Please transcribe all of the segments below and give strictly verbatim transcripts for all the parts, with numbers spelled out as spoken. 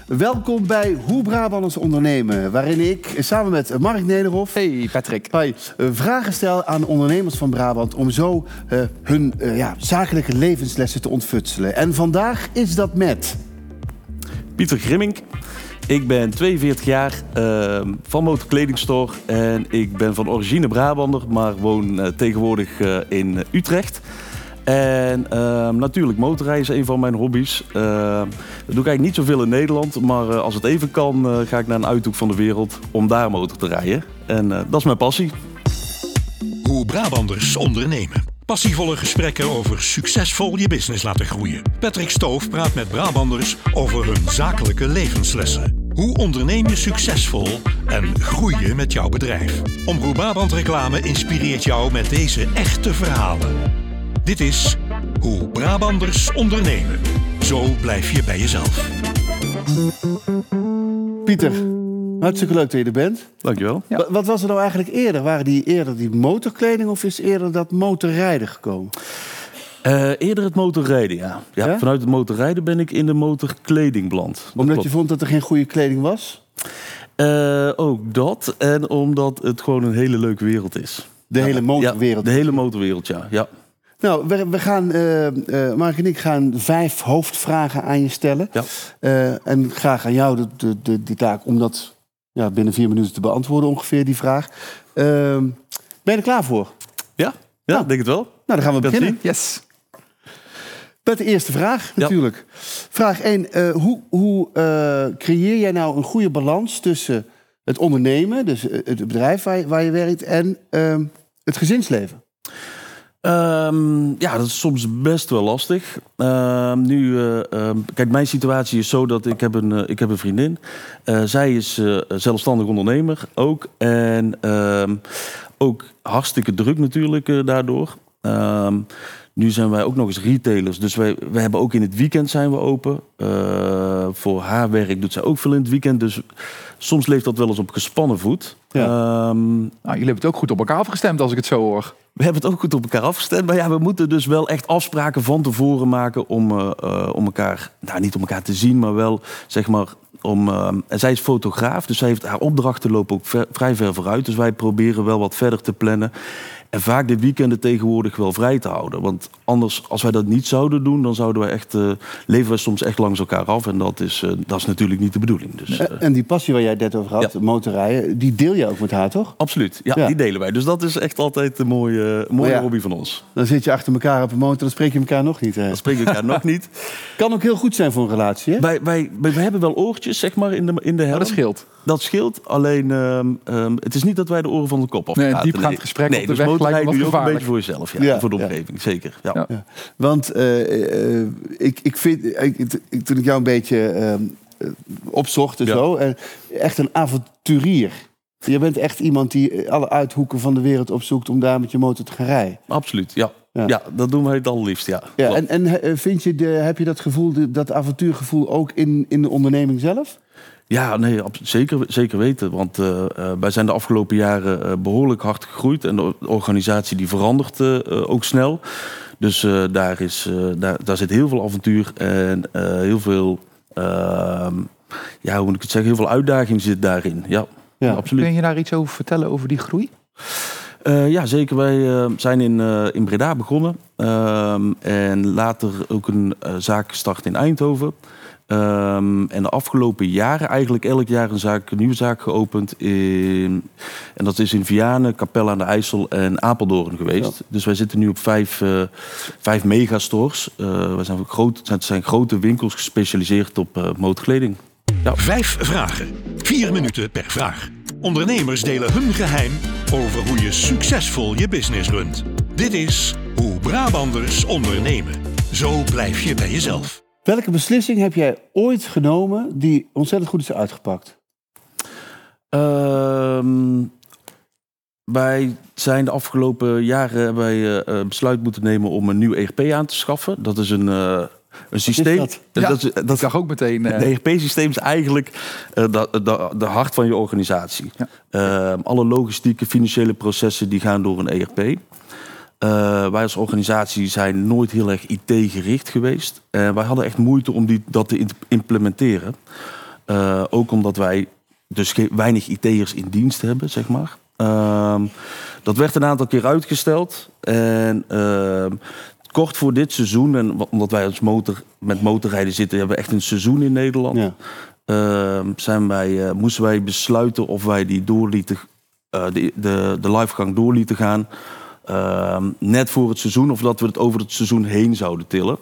Welkom bij Hoe Brabanders ondernemen, waarin ik samen met Mark Nederhof... Hey Patrick. Hi, vragen stel aan ondernemers van Brabant om zo uh, hun uh, ja, zakelijke levenslessen te ontfutselen. En vandaag is dat met... Pieter Grimmink. Ik ben tweeënveertig jaar, uh, van Motorkledingstore en ik ben van origine Brabander, maar woon uh, tegenwoordig uh, in Utrecht. En uh, natuurlijk motorrijden is een van mijn hobby's. Uh, dat doe ik eigenlijk niet zoveel in Nederland, maar uh, als het even kan uh, ga ik naar een uithoek van de wereld om daar motor te rijden. En uh, dat is mijn passie. Hoe Brabanders ondernemen. Passievolle gesprekken over succesvol je business laten groeien. Patrick Stoof praat met Brabanders over hun zakelijke levenslessen. Hoe onderneem je succesvol en groei je met jouw bedrijf? Omroep Brabant Reclame inspireert jou met deze echte verhalen. Dit is Hoe Brabanders ondernemen. Zo blijf je bij jezelf. Pieter, hartstikke leuk dat je er bent. Dankjewel. Ja. Wat was er nou eigenlijk eerder? Waren die eerder die motorkleding of is eerder dat motorrijden gekomen? Uh, eerder het motorrijden, ja. Ja, ja. Vanuit het motorrijden ben ik in de motorkleding beland. Omdat klopt. Je vond dat er geen goede kleding was? Uh, ook dat. En omdat het gewoon een hele leuke wereld is. De ja. hele motorwereld? Ja, de hele motorwereld, ja. ja. Nou, we, we gaan, uh, uh, Mark en ik gaan vijf hoofdvragen aan je stellen. Ja. Uh, en graag aan jou de, de, de, die taak om dat ja, binnen vier minuten te beantwoorden ongeveer, die vraag. Uh, ben je er klaar voor? Ja, ja nou, denk het wel. Nou, dan gaan we beginnen. Yes. Met de eerste vraag natuurlijk. Ja. Vraag één. Uh, hoe hoe uh, creëer jij nou een goede balans tussen het ondernemen, dus het bedrijf waar je, waar je werkt, en uh, het gezinsleven? Um, ja, dat is soms best wel lastig. Uh, nu, uh, uh, kijk, mijn situatie is zo dat ik heb een, uh, ik heb een vriendin. Uh, zij is uh, zelfstandig ondernemer ook. En uh, ook hartstikke druk natuurlijk uh, daardoor. Uh, nu zijn wij ook nog eens retailers. Dus wij, wij hebben ook in het weekend zijn we open. Uh, voor haar werk doet zij ook veel in het weekend. Dus soms leeft dat wel eens op gespannen voet. Ja. Um, nou, jullie hebben het ook goed op elkaar afgestemd als ik het zo hoor. We hebben het ook goed op elkaar afgestemd. Maar ja, we moeten dus wel echt afspraken van tevoren maken om, uh, uh, om elkaar, nou niet om elkaar te zien, maar wel zeg maar om. Uh, en zij is fotograaf, dus zij heeft haar opdrachten lopen ook ver, vrij ver vooruit. Dus wij proberen wel wat verder te plannen. En vaak de weekenden tegenwoordig wel vrij te houden. Want anders, als wij dat niet zouden doen, dan zouden wij echt, uh, leven we soms echt langs elkaar af. En dat is, uh, dat is natuurlijk niet de bedoeling. Dus, uh, en die passie waar jij het net over had, ja. motorrijden, die deel je ook met haar, toch? Absoluut, ja, ja. die delen wij. Dus dat is echt altijd een mooie, mooie ja, hobby van ons. Dan zit je achter elkaar op een motor, dan spreek je elkaar nog niet. Hè? Dan spreek je elkaar nog niet. Kan ook heel goed zijn voor een relatie, hè? Wij, wij, wij, wij hebben wel oortjes, zeg maar, in de, in de helm. Dat scheelt. Dat scheelt, alleen um, um, het is niet dat wij de oren van de kop afpraten. Nee, een diepgaand gesprek nee, op de dus weg lijkt me wat ook een beetje voor jezelf, ja, ja, voor de omgeving, ja. zeker. Ja. Ja. Ja. Want uh, uh, ik, ik vind, ik, ik, toen ik jou een beetje uh, opzocht en ja. zo, uh, echt een avonturier. Je bent echt iemand die alle uithoeken van de wereld opzoekt om daar met je motor te gaan rijden. Absoluut, ja. Ja. ja, dat doen wij het allerliefst, ja. ja en en vind je de, heb je dat gevoel, dat avontuurgevoel ook in, in de onderneming zelf? Ja, nee, zeker, zeker weten. Want uh, uh, wij zijn de afgelopen jaren uh, behoorlijk hard gegroeid. En de organisatie die verandert uh, ook snel. Dus uh, daar, is, uh, daar, daar zit heel veel avontuur en uh, heel veel, uh, ja, hoe moet ik het zeggen, heel veel uitdaging zit daarin. Ja, ja. absoluut. Kun je daar iets over vertellen, over die groei? Uh, ja, zeker. Wij uh, zijn in, uh, in Breda begonnen. Uh, en later ook een uh, zaak gestart in Eindhoven. Um, en de afgelopen jaren eigenlijk elk jaar een, zaak, een nieuwe zaak geopend. In, en dat is in Vianen, Capelle aan de IJssel en Apeldoorn geweest. Ja. Dus wij zitten nu op vijf, uh, vijf megastores. Uh, wij zijn, groot, zijn, zijn grote winkels gespecialiseerd op uh, motorkleding. Ja. Vijf vragen. Vier minuten per vraag. Ondernemers delen hun geheim over hoe je succesvol je business runt. Dit is Hoe Brabanders ondernemen. Zo blijf je bij jezelf. Welke beslissing heb jij ooit genomen die ontzettend goed is uitgepakt? Uh, wij zijn de afgelopen jaren wij, uh, besluit moeten nemen om een nieuw E R P aan te schaffen. Dat is een, uh, een systeem. Dat? Ja, dat, is, dat zag ook meteen. Uh... Het E R P-systeem is eigenlijk uh, de, de, de hart van je organisatie. Ja. Uh, alle logistieke, financiële processen die gaan door een E R P. Uh, wij als organisatie zijn nooit heel erg I T-gericht geweest. Uh, wij hadden echt moeite om die, dat te implementeren. Uh, ook omdat wij dus ge- weinig I T'ers in dienst hebben, zeg maar. Uh, dat werd een aantal keer uitgesteld. En uh, kort voor dit seizoen, en omdat wij als motor, met motorrijden zitten, hebben we echt een seizoen in Nederland. Ja. Uh, zijn wij, uh, moesten wij besluiten of wij die doorlieten, uh, de, de, de livegang door lieten gaan. Uh, net voor het seizoen, of dat we het over het seizoen heen zouden tillen.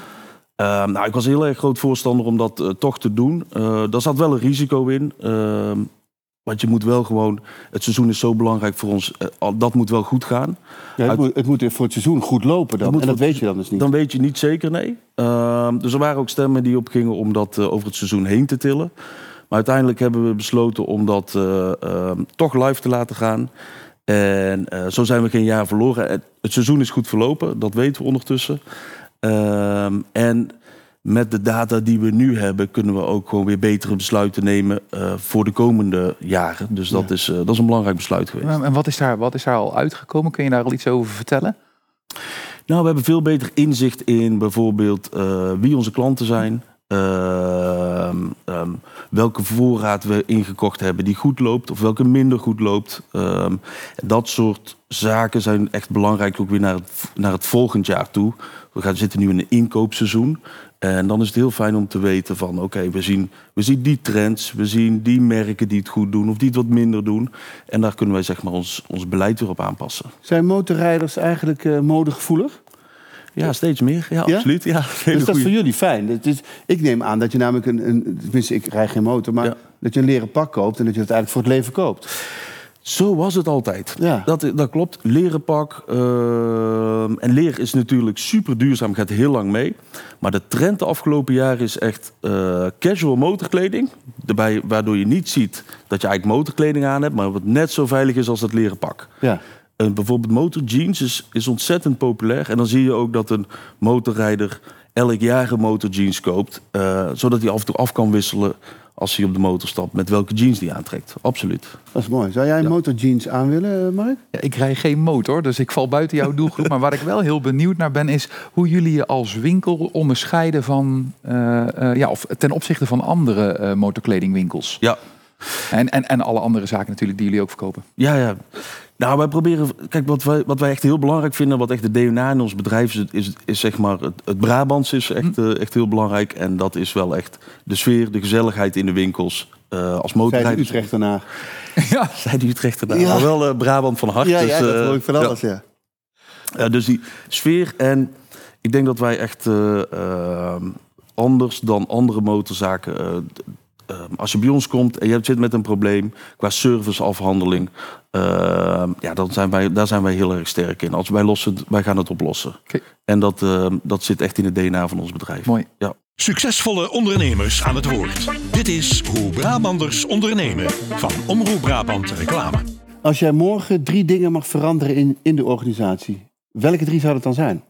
Uh, nou, ik was heel erg groot voorstander om dat uh, toch te doen. Uh, daar zat wel een risico in. Uh, want je moet wel gewoon... Het seizoen is zo belangrijk voor ons. Uh, dat moet wel goed gaan. Ja, het, Uit, moet, het moet voor het seizoen goed lopen dan. En dat weet je dan dus niet. Dan weet je niet zeker, nee. Uh, dus er waren ook stemmen die opgingen om dat uh, over het seizoen heen te tillen. Maar uiteindelijk hebben we besloten om dat uh, uh, toch live te laten gaan. En uh, zo zijn we geen jaar verloren. Het, het seizoen is goed verlopen, dat weten we ondertussen. Uh, en met de data die we nu hebben, kunnen we ook gewoon weer betere besluiten nemen uh, voor de komende jaren. Dus dat, ja. is, uh, dat is een belangrijk besluit geweest. En wat is, daar, wat is daar al uitgekomen? Kun je daar al iets over vertellen? Nou, we hebben veel beter inzicht in bijvoorbeeld uh, wie onze klanten zijn. Uh, um, welke voorraad we ingekocht hebben die goed loopt of welke minder goed loopt. Um, dat soort zaken zijn echt belangrijk ook weer naar het, naar het volgend jaar toe. We gaan zitten nu in een inkoopseizoen. En dan is het heel fijn om te weten van oké, okay, we zien, we zien die trends, we zien die merken die het goed doen of die het wat minder doen. En daar kunnen wij zeg maar ons, ons beleid weer op aanpassen. Zijn motorrijders eigenlijk uh, modegevoelig? Ja, steeds meer. Ja, ja? absoluut. Ja, dus dat goeie. Is voor jullie fijn. Het is, ik neem aan dat je namelijk een... een tenminste, ik rijd geen motor, maar ja. dat je een leren pak koopt en dat je het eigenlijk voor het leven koopt. Zo was het altijd. Ja. Dat, dat klopt. Leren pak. Uh, en leer is natuurlijk super duurzaam, gaat heel lang mee. Maar de trend de afgelopen jaren is echt uh, casual motorkleding. Daarbij, waardoor je niet ziet dat je eigenlijk motorkleding aan hebt, maar wat net zo veilig is als dat leren pak. Ja. Uh, bijvoorbeeld motorjeans is, is ontzettend populair. En dan zie je ook dat een motorrijder elk jaar een motorjeans koopt. Uh, zodat hij af en toe af kan wisselen als hij op de motor stapt met welke jeans die aantrekt. Absoluut. Dat is mooi. Zou jij een ja. motorjeans aan willen, Mark? Ja, ik rij geen motor, dus ik val buiten jouw doelgroep. Maar waar ik wel heel benieuwd naar ben, is hoe jullie je als winkel onderscheiden van, uh, uh, ja, of ten opzichte van andere uh, motorkledingwinkels. Ja. En, en, en alle andere zaken natuurlijk die jullie ook verkopen. Ja, ja. Nou, wij proberen... Kijk, wat wij, wat wij echt heel belangrijk vinden, wat echt de D N A in ons bedrijf is, is, is zeg maar... Het, het Brabants is echt, hm. uh, echt heel belangrijk. En dat is wel echt de sfeer, de gezelligheid in de winkels. Uh, als motorrijder... Zij de Utrechtenaar. Ja, zij de Utrechtenaar. Ja. Maar wel uh, Brabant van hart. Ja, dus, ja dat uh, hoor ik van alles, ja. ja. Uh, dus die sfeer en... Ik denk dat wij echt uh, uh, anders dan andere motorzaken... Uh, Uh, als je bij ons komt en je zit met een probleem qua serviceafhandeling, uh, ja, dan zijn wij, daar zijn wij heel erg sterk in. Als wij lossen, wij gaan het oplossen. Okay. En dat, uh, dat zit echt in het D N A van ons bedrijf. Mooi. Ja. Succesvolle ondernemers aan het woord. Dit is Hoe Brabanders ondernemen van Omroep Brabant Reclame. Als jij morgen drie dingen mag veranderen in, in de organisatie, welke drie zou dat dan zijn?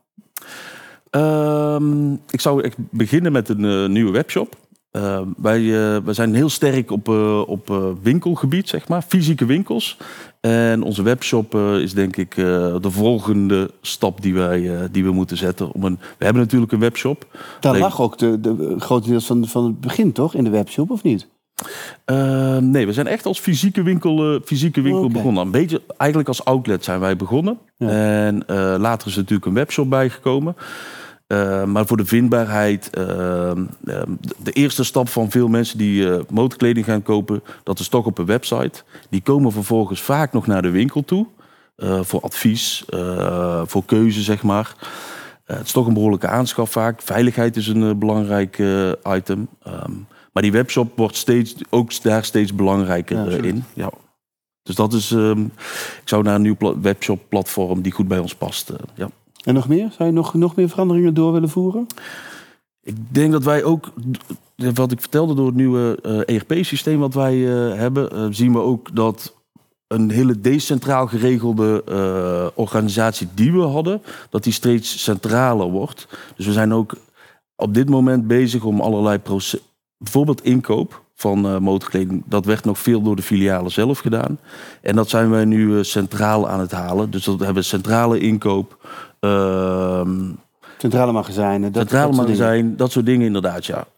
Uh, ik zou echt beginnen met een uh, nieuwe webshop. Uh, wij, uh, wij zijn heel sterk op, uh, op uh, winkelgebied, zeg maar, fysieke winkels. En onze webshop uh, is denk ik uh, de volgende stap die, wij, uh, die we moeten zetten. Om een, we hebben natuurlijk een webshop. Daar Alleen... lag ook de, de grotendeels van, van het begin, toch? In de webshop, of niet? Uh, nee, we zijn echt als fysieke winkel, uh, fysieke winkel okay. begonnen. Een beetje eigenlijk als outlet zijn wij begonnen. Ja. En uh, later is er natuurlijk een webshop bijgekomen. Uh, maar voor de vindbaarheid, uh, uh, de eerste stap van veel mensen die uh, motorkleding gaan kopen, dat is toch op een website. Die komen vervolgens vaak nog naar de winkel toe, uh, voor advies, uh, voor keuze zeg maar. Uh, het is toch een behoorlijke aanschaf vaak. Veiligheid is een uh, belangrijk uh, item. Um, maar die webshop wordt steeds, ook daar steeds belangrijker ja, uh, in. Ja. Dus dat is, um, ik zou naar een nieuw pla- webshop platform die goed bij ons past. Uh, ja. En nog meer? Zou je nog, nog meer veranderingen door willen voeren? Ik denk dat wij ook, wat ik vertelde door het nieuwe uh, E R P-systeem wat wij uh, hebben, uh, zien we ook dat een hele decentraal geregelde uh, organisatie die we hadden, dat die steeds centraler wordt. Dus we zijn ook op dit moment bezig om allerlei processen, bijvoorbeeld inkoop van uh, motorkleding, dat werd nog veel door de filialen zelf gedaan. En dat zijn wij nu uh, centraal aan het halen. Dus dat hebben we centrale inkoop. Uh, centrale magazijnen. Dat centrale magazijn, dat soort dingen inderdaad, ja.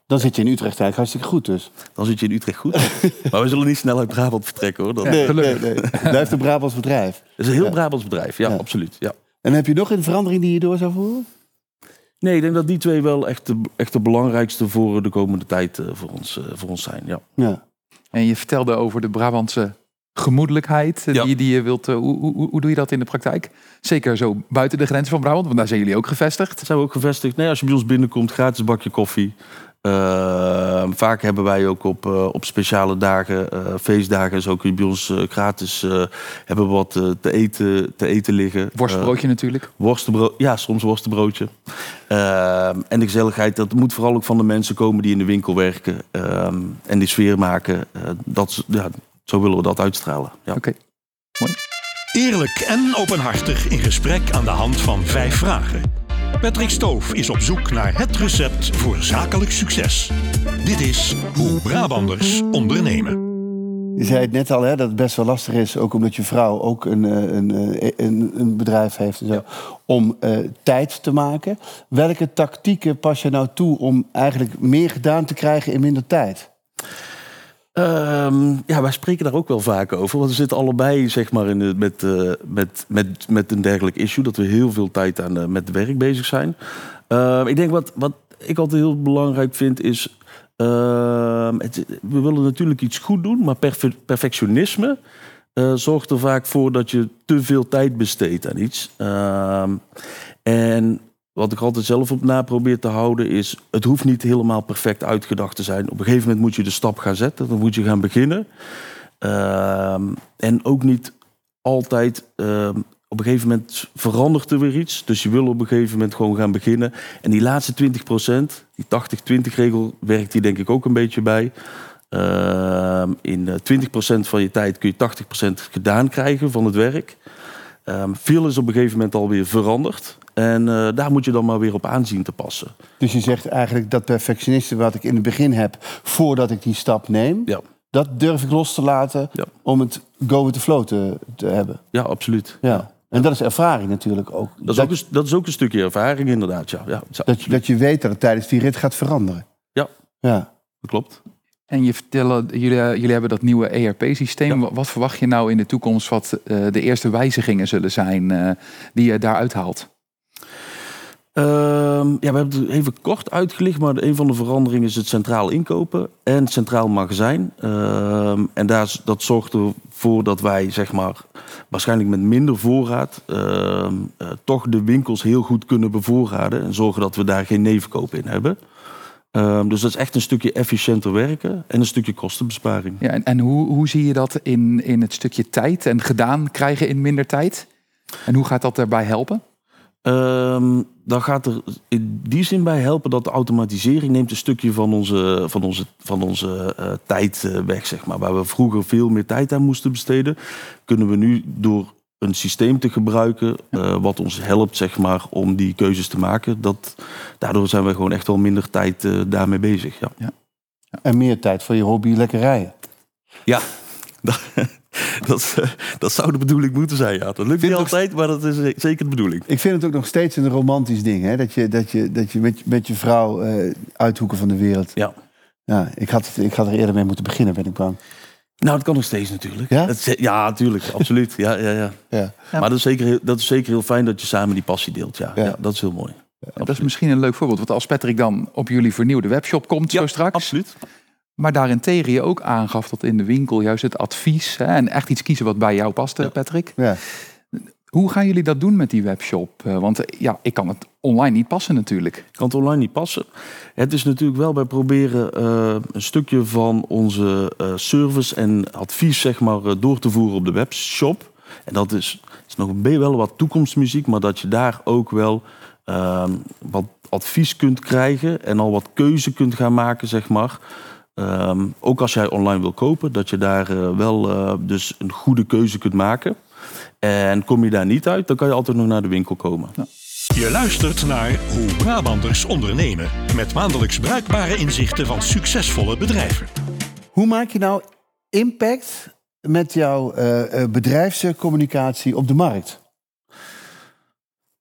Dan zit je in Utrecht eigenlijk hartstikke goed dus. Dan zit je in Utrecht goed. Maar we zullen niet snel uit Brabant vertrekken hoor. Dat nee, nee, nee. Blijft een Brabants bedrijf. Het is een heel ja. Brabants bedrijf, ja, ja. absoluut. Ja. En heb je nog een verandering die je door zou voeren? Nee, ik denk dat die twee wel echt de, echt de belangrijkste voor de komende tijd uh, voor, ons, uh, voor ons zijn. Ja. Ja. En je vertelde over de Brabantse gemoedelijkheid ja. die, die je wilt. Uh, hoe, hoe, hoe doe je dat in de praktijk? Zeker zo buiten de grenzen van Brabant, want daar zijn jullie ook gevestigd. Daar zijn we ook gevestigd. Nee, als je bij ons binnenkomt, gratis bakje koffie. Uh, vaak hebben wij ook op, uh, op speciale dagen, uh, feestdagen, zo kun je bij ons uh, gratis uh, hebben we wat uh, te, eten, te eten liggen. Worstenbroodje uh, natuurlijk. Worstenbrood, ja, soms worstenbroodje. Uh, en de gezelligheid, dat moet vooral ook van de mensen komen die in de winkel werken uh, en die sfeer maken. Uh, dat, ja, zo willen we dat uitstralen. Ja. Oké, okay. Mooi. Eerlijk en openhartig in gesprek aan de hand van vijf vragen. Patrick Stoof is op zoek naar het recept voor zakelijk succes. Dit is Hoe Brabanders ondernemen. Je zei het net al, hè, dat het best wel lastig is, ook omdat je vrouw ook een, een, een, een bedrijf heeft en zo, ja. om uh, tijd te maken. Welke tactieken pas je nou toe om eigenlijk meer gedaan te krijgen in minder tijd? Um, ja, wij spreken daar ook wel vaak over. Want we zitten allebei zeg maar, in de, met, uh, met, met, met een dergelijk issue. Dat we heel veel tijd aan uh, met het werk bezig zijn. Uh, ik denk wat, wat ik altijd heel belangrijk vind is... Uh, het, we willen natuurlijk iets goed doen, maar perfe- perfectionisme uh, zorgt er vaak voor dat je te veel tijd besteedt aan iets. Uh, en... Wat ik altijd zelf op na probeer te houden is... het hoeft niet helemaal perfect uitgedacht te zijn. Op een gegeven moment moet je de stap gaan zetten. Dan moet je gaan beginnen. Uh, en ook niet altijd... Uh, op een gegeven moment verandert er weer iets. Dus je wil op een gegeven moment gewoon gaan beginnen. En die laatste twintig procent, die tachtig twintig regel... werkt hier denk ik ook een beetje bij. Uh, in twintig procent van je tijd kun je tachtig procent gedaan krijgen van het werk... Um, veel is op een gegeven moment alweer veranderd. En uh, daar moet je dan maar weer op aanzien te passen. Dus je zegt eigenlijk dat perfectionisme wat ik in het begin heb... voordat ik die stap neem, ja. dat durf ik los te laten... Ja. om het go with the flow te, te hebben. Ja, absoluut. Ja. Ja. En dat is ervaring natuurlijk ook. Dat is, dat, ook, een, dat is ook een stukje ervaring inderdaad. Ja. Ja, dat, je, dat je weet dat het tijdens die rit gaat veranderen. Ja, ja. Dat klopt. En je vertellen, jullie, jullie hebben dat nieuwe E R P-systeem. Ja. Wat verwacht je nou in de toekomst wat uh, de eerste wijzigingen zullen zijn uh, die je daaruit haalt? Uh, ja, we hebben het even kort uitgelicht, maar een van de veranderingen is het centraal inkopen en het centraal magazijn. Uh, en daar, dat zorgt ervoor dat wij, zeg maar, waarschijnlijk met minder voorraad uh, uh, toch de winkels heel goed kunnen bevoorraden en zorgen dat we daar geen nevenkoop in hebben. Um, dus dat is echt een stukje efficiënter werken en een stukje kostenbesparing. Ja, en en hoe, hoe zie je dat in, in het stukje tijd en gedaan krijgen in minder tijd? En hoe gaat dat daarbij helpen? Um, dan gaat er in die zin bij helpen dat de automatisering neemt een stukje van onze, van onze, van onze uh, tijd uh, weg. Zeg maar. Waar we vroeger veel meer tijd aan moesten besteden, kunnen we nu door een systeem te gebruiken uh, wat ons helpt zeg maar, om die keuzes te maken. Dat, daardoor zijn we gewoon echt wel minder tijd uh, daarmee bezig. Ja. Ja. En meer tijd voor je hobby lekker rijden. Ja, dat, dat, dat zou de bedoeling moeten zijn. Ja. Dat lukt niet altijd, maar dat is zeker de bedoeling. Ik vind het ook nog steeds een romantisch ding. Hè? Dat je, dat je, dat je met, met je vrouw uh, uithoeken van de wereld... Ja. Ja, ik had, ik had er eerder mee moeten beginnen, ben ik bang. Nou, dat kan nog steeds natuurlijk. Ja, dat is, ja natuurlijk, absoluut. Ja, ja, ja. Ja. Maar dat is, zeker, dat is zeker heel fijn dat je samen die passie deelt. Ja, ja. Ja, dat is heel mooi. Ja, dat is misschien een leuk voorbeeld. Want als Patrick dan op jullie vernieuwde webshop komt, ja, zo straks. Absoluut. Maar daarentegen je ook aangaf dat in de winkel juist het advies... Hè, en echt iets kiezen wat bij jou past, ja. Patrick. Ja. Hoe gaan jullie dat doen met die webshop? Want ja, ik kan het online niet passen natuurlijk. Ik kan het online niet passen. Het is natuurlijk wel, wij proberen uh, een stukje van onze uh, service en advies zeg maar, uh, door te voeren op de webshop. En dat is, is nog wel wat toekomstmuziek, maar dat je daar ook wel uh, wat advies kunt krijgen en al wat keuze kunt gaan maken, zeg maar. Um, ook als jij online wil kopen, dat je daar uh, wel uh, dus een goede keuze kunt maken. En kom je daar niet uit, dan kan je altijd nog naar de winkel komen. Ja. Je luistert naar Hoe Brabanders ondernemen. Met maandelijks bruikbare inzichten van succesvolle bedrijven. Hoe maak je nou impact met jouw uh, bedrijfscommunicatie op de markt?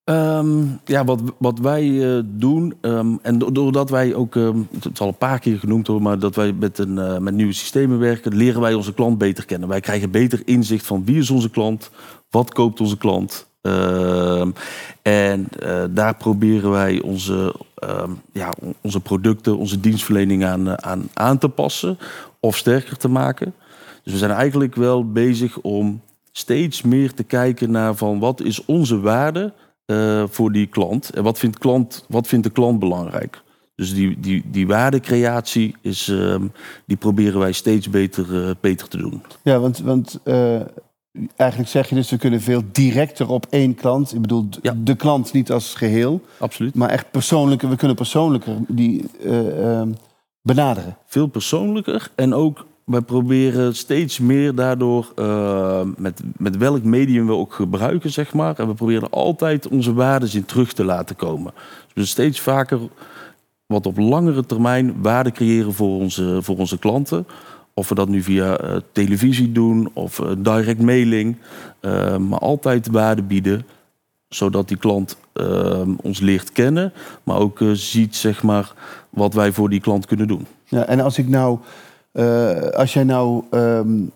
Um, ja, wat, wat wij uh, doen, um, en doordat wij ook, um, het is al een paar keer genoemd hoor, maar dat wij met, een, uh, met nieuwe systemen werken, leren wij onze klant beter kennen. Wij krijgen beter inzicht van wie is onze klant, wat koopt onze klant. Uh, en uh, daar proberen wij onze, uh, ja, onze producten, onze dienstverlening aan, aan, aan te passen of sterker te maken. Dus we zijn eigenlijk wel bezig om steeds meer te kijken naar van wat is onze waarde uh, voor die klant en wat vindt, klant, wat vindt de klant belangrijk. Dus die, die, die waardecreatie is, uh, die proberen wij steeds beter, uh, beter te doen. Ja, want, want uh, eigenlijk zeg je dus we kunnen veel directer op één klant. Ik bedoel ja. de klant niet als geheel. Absoluut. Maar echt persoonlijker. We kunnen persoonlijker die uh, uh, benaderen. Veel persoonlijker en ook wij proberen steeds meer daardoor, uh, met, met welk medium we ook gebruiken, zeg maar. En we proberen altijd onze waarden in terug te laten komen. Dus we steeds vaker wat op langere termijn waarde creëren voor onze, voor onze klanten. Of we dat nu via uh, televisie doen of uh, direct mailing. Uh, maar altijd waarde bieden, zodat die klant uh, ons leert kennen. Maar ook uh, ziet, zeg maar, wat wij voor die klant kunnen doen. Ja, en als ik nou... Uh, als jij nou... Um,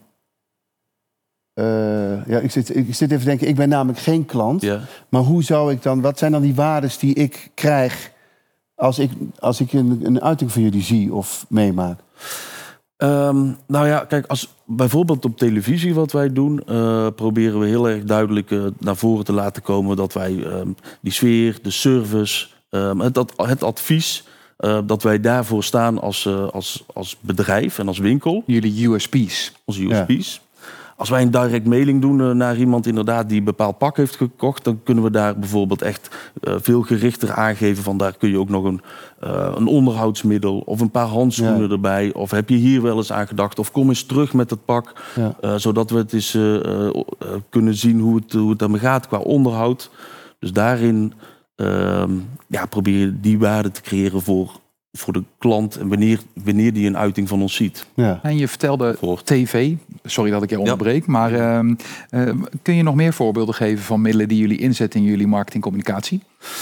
uh, ja, ik, zit, ik zit even te denken, ik ben namelijk geen klant. Ja. Maar hoe zou ik dan... Wat zijn dan die waardes die ik krijg als ik, als ik een, een uiting van jullie zie of meemaak? Um, nou ja, kijk, als bijvoorbeeld op televisie wat wij doen, uh, proberen we heel erg duidelijk uh, naar voren te laten komen dat wij um, die sfeer, de service, um, het, het advies, uh, dat wij daarvoor staan als, uh, als, als bedrijf en als winkel. Jullie U S P's. Onze U S P's. Ja. Als wij een direct mailing doen uh, naar iemand inderdaad die een bepaald pak heeft gekocht, dan kunnen we daar bijvoorbeeld echt uh, veel gerichter aangeven van daar kun je ook nog een, uh, een onderhoudsmiddel of een paar handschoenen ja. erbij. Of heb je hier wel eens aan gedacht? Of kom eens terug met het pak. Ja. Uh, zodat we het eens uh, uh, kunnen zien hoe het, hoe het daarmee gaat qua onderhoud. Dus daarin uh, ja, probeer je die waarde te creëren voor... voor de klant en wanneer, wanneer die een uiting van ons ziet. Ja. En je vertelde voor tv, sorry dat ik je onderbreek, ja. maar uh, uh, kun je nog meer voorbeelden geven van middelen die jullie inzetten in jullie marketingcommunicatie?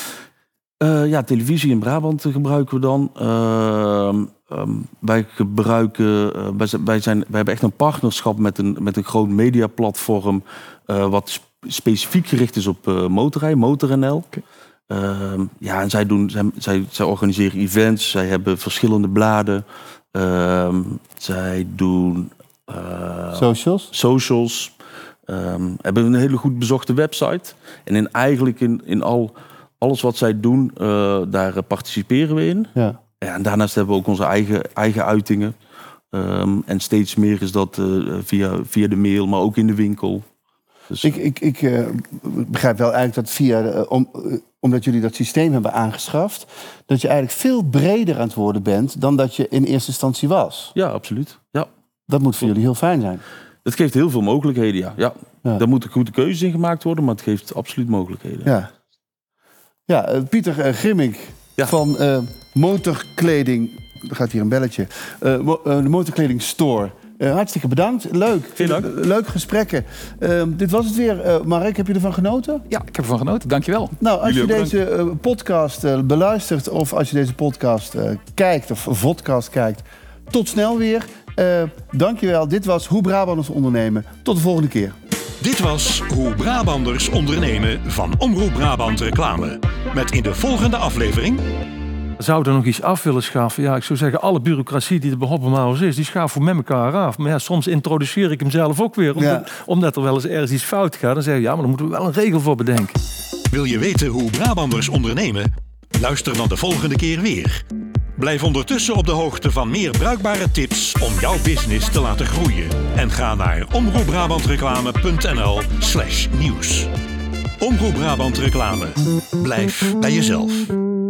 Uh, ja, televisie in Brabant gebruiken we dan. Uh, um, wij gebruiken, uh, wij, zijn, wij, zijn, wij hebben echt een partnerschap met een, met een groot mediaplatform uh, wat sp- specifiek gericht is op uh, motorrij, MotorNL. Okay. Uh, ja, en zij, doen, zij, zij, zij organiseren events, zij hebben verschillende bladen. Uh, zij doen... Uh, socials? Socials. Um, hebben een hele goed bezochte website. En in, eigenlijk in, in al, alles wat zij doen, uh, daar participeren we in. Ja. Ja, en daarnaast hebben we ook onze eigen, eigen uitingen. Um, en steeds meer is dat uh, via, via de mail, maar ook in de winkel. Dus... Ik, ik, ik uh, begrijp wel eigenlijk dat via... Uh, om, uh, omdat jullie dat systeem hebben aangeschaft, dat je eigenlijk veel breder aan het worden bent dan dat je in eerste instantie was. Ja, absoluut. Ja. Dat moet voor jullie heel fijn zijn. Het geeft heel veel mogelijkheden, ja. ja. ja. Daar moeten goede keuzes in gemaakt worden, maar het geeft absoluut mogelijkheden. Ja, ja uh, Pieter uh, Grimmink ja. van uh, Motorkleding, er gaat hier een belletje, uh, mo- uh, de Motorkleding Store. Uh, hartstikke bedankt. Leuk. Veel dank. Uh, leuk gesprekken. Uh, dit was het weer. Uh, Mark, heb je ervan genoten? Ja, ik heb ervan genoten. Dankjewel. Nou, als Jullie je deze uh, podcast uh, beluistert of als je deze podcast uh, kijkt of vodcast kijkt, tot snel weer. Uh, dankjewel. Dit was Hoe Brabanders Ondernemen. Tot de volgende keer. Dit was Hoe Brabanders Ondernemen van Omroep Brabant Reclame. Met in de volgende aflevering... Zou er nog iets af willen schaffen? Ja, ik zou zeggen, alle bureaucratie die er bij Hoppenmaus is, die schaffen we met elkaar af. Maar ja, soms introduceer ik hem zelf ook weer. Omdat, ja. omdat er wel eens ergens iets fout gaat. Dan zeg je, ja, maar dan moeten we wel een regel voor bedenken. Wil je weten hoe Brabanders ondernemen? Luister dan de volgende keer weer. Blijf ondertussen op de hoogte van meer bruikbare tips om jouw business te laten groeien. En ga naar omroepbrabantreclame.nl slash nieuws. Omroep Brabant Reclame. Blijf bij jezelf.